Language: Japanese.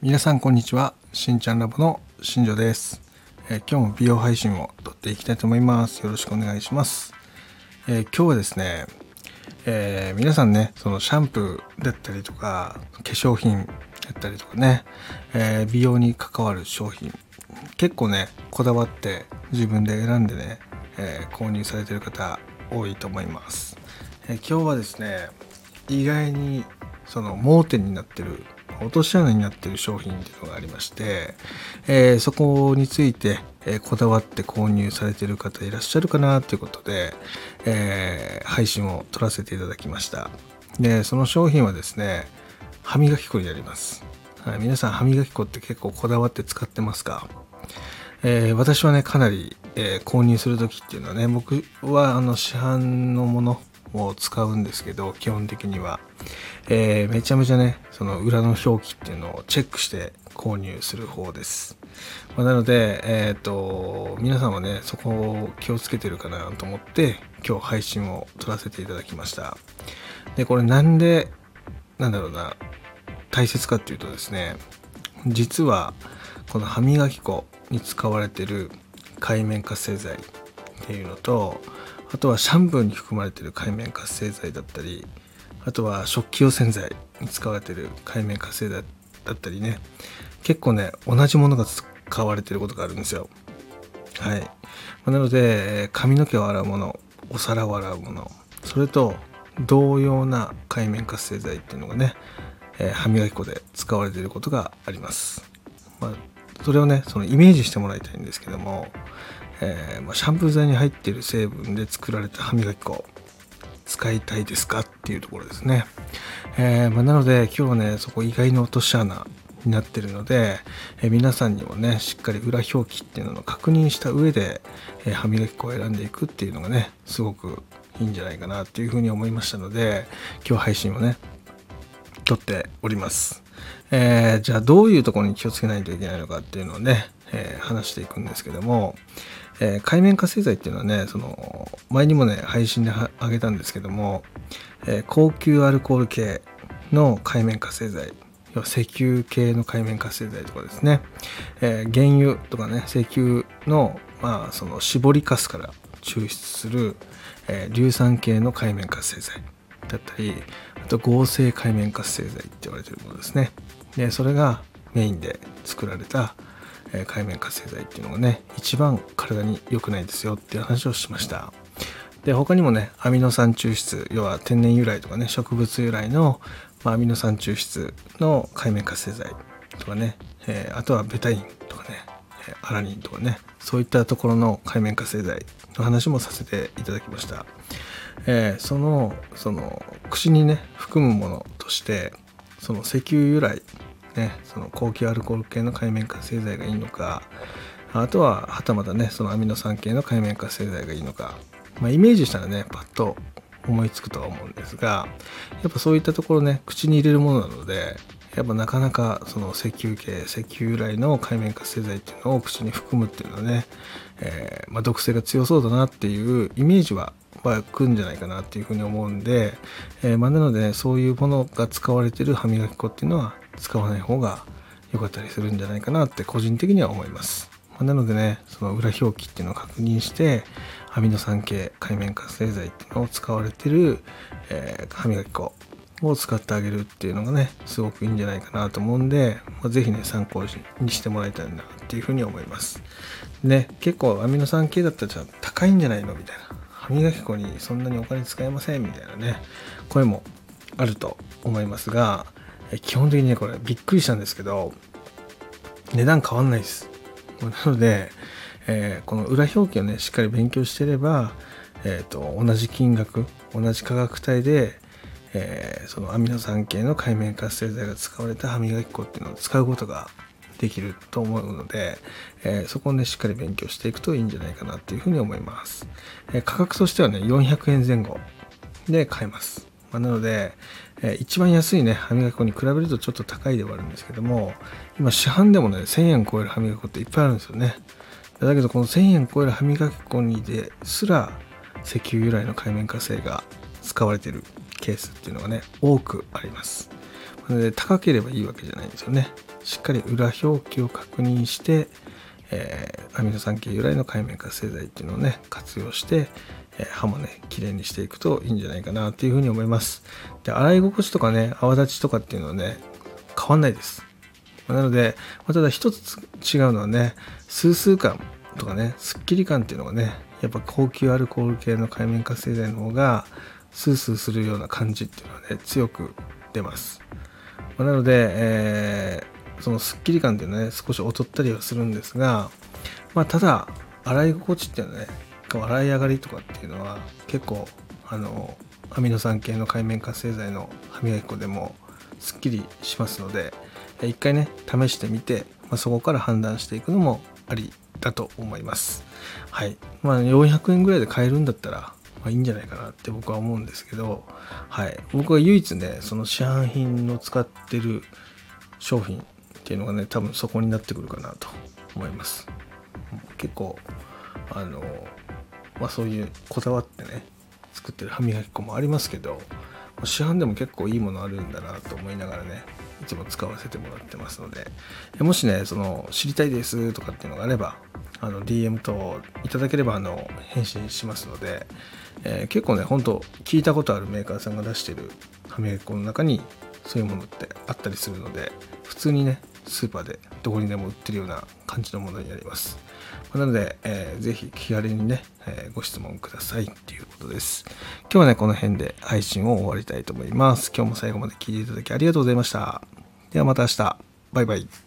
皆さんこんにちは。しんちゃんラボの新庄です。今日も美容配信を撮っていきたいと思います。よろしくお願いします。今日はですね、皆さんね、そのシャンプーだったりとか化粧品だったりとかね、美容に関わる商品結構ねこだわって自分で選んでね、購入されている方多いと思います。今日はですね、意外にその盲点になってる落とし穴になっている商品っていうのがありまして、そこについて、こだわって購入されている方いらっしゃるかなということで、配信を撮らせていただきました。で、その商品はですね、歯磨き粉になります。はい、皆さん歯磨き粉って結構こだわって使ってますか？私はねかなり、購入する時っていうのはね、僕は市販のものを使うんですけど、基本的には、めちゃめちゃねその裏の表記っていうのをチェックして購入する方です。なので、皆さんはねそこを気をつけてるかなと思って今日配信を撮らせていただきました。で、これなんで大切かっていうとですね、実はこの歯磨き粉に使われている界面活性剤っていうのと、あとはシャンプーに含まれている界面活性剤だったり、あとは食器用洗剤に使われている界面活性剤だったりね、結構ね同じものが使われていることがあるんですよ。はい。なので髪の毛を洗うもの、お皿を洗うもの、それと同様な界面活性剤っていうのがね、歯磨き粉で使われていることがあります。それをねそのイメージしてもらいたいんですけども、シャンプー剤に入っている成分で作られた歯磨き粉使いたいですかっていうところですね。なので今日はねそこ意外に落とし穴になっているので、皆さんにもねしっかり裏表記っていうのを確認した上で、歯磨き粉を選んでいくっていうのがねすごくいいんじゃないかなっていうふうに思いましたので、今日配信をね撮っております。じゃあどういうところに気をつけないといけないのかっていうのをね、話していくんですけども、界面活性剤っていうのはね、その前にもね配信であげたんですけども、高級アルコール系の界面活性剤、要は石油系の界面活性剤とかですね、原油とかね石油のその搾りかすから抽出する、硫酸系の界面活性剤だったり、あと合成界面活性剤って言われているものですね。で、それがメインで作られた界面活性剤っていうのがね一番体に良くないですよっていう話をしました。で、他にもねアミノ酸抽出、要は天然由来とかね植物由来の、アミノ酸抽出の界面活性剤とかね、あとはベタインとかね、アラニンとかね、そういったところの界面活性剤の話もさせていただきました。その口にね含むものとしてその石油由来ね、その高級アルコール系の界面活性剤がいいのか、あとははたまたねそのアミノ酸系の界面活性剤がいいのか、イメージしたらねパッと思いつくとは思うんですが、やっぱそういったところね口に入れるものなので、やっぱなかなかその石油由来の界面活性剤っていうのを口に含むっていうのはね、毒性が強そうだなっていうイメージは湧くんじゃないかなっていうふうに思うんで、なので、ね、そういうものが使われている歯磨き粉っていうのは使わない方が良かったりするんじゃないかなって個人的には思います。なのでね、その裏表記っていうのを確認してアミノ酸系界面活性剤っていうのを使われている、歯磨き粉を使ってあげるっていうのがねすごくいいんじゃないかなと思うんで、ぜひね参考にしてもらいたいなっていうふうに思います。ね、結構アミノ酸系だったら高いんじゃないのみたいな、歯磨き粉にそんなにお金使えませんみたいなね声もあると思いますが、基本的にねこれびっくりしたんですけど値段変わんないです。なので、この裏表記をねしっかり勉強していれば、同じ金額同じ価格帯で、そのアミノ酸系の界面活性剤が使われた歯磨き粉っていうのを使うことができると思うので、そこをねしっかり勉強していくといいんじゃないかなっていうふうに思います。価格としてはね400円前後で買えます。なので、一番安いね歯磨き粉に比べるとちょっと高いではあるんですけども、今市販でもね1000円超える歯磨き粉っていっぱいあるんですよね。だけどこの1000円超える歯磨き粉にですら石油由来の界面活性が使われているケースっていうのがね多くあります。 なので高ければいいわけじゃないんですよね。しっかり裏表記を確認して、アミノ酸系由来の界面活性剤っていうのをね活用して、歯もねきれいにしていくといいんじゃないかなっていうふうに思います。で、洗い心地とかね泡立ちとかっていうのはね変わんないです。なので、ただ一つ違うのはね、スースー感とかね、スッキリ感っていうのがね、やっぱ高級アルコール系の界面活性剤の方がスースーするような感じっていうのはね強く出ます。なので、そのスッキリ感っていうのはね少し劣ったりはするんですが、ただ洗い心地っていうのはね、洗い上がりとかっていうのは結構アミノ酸系の界面活性剤の歯磨き粉でもすっきりしますので、一回ね試してみて、そこから判断していくのもありだと思います。はい。400円ぐらいで買えるんだったら、いいんじゃないかなって僕は思うんですけど、はい。僕は唯一ね、その市販品の使ってる商品っていうのがね、多分そこになってくるかなと思います。結構、そういうこだわってね、作ってる歯磨き粉もありますけど、市販でも結構いいものあるんだなと思いながらね、いつも使わせてもらってますので、もしね、その知りたいですとかっていうのがあれば、DM 等いただければ返信しますので、結構ね、本当聞いたことあるメーカーさんが出してる歯磨き粉の中にそういうものってあったりするので、普通にね、スーパーでどこにでも売ってるような感じのものになります。なので、ぜひ気軽にね、ご質問くださいっていうことです。今日はね、この辺で配信を終わりたいと思います。今日も最後まで聞いていただきありがとうございました。ではまた明日。バイバイ。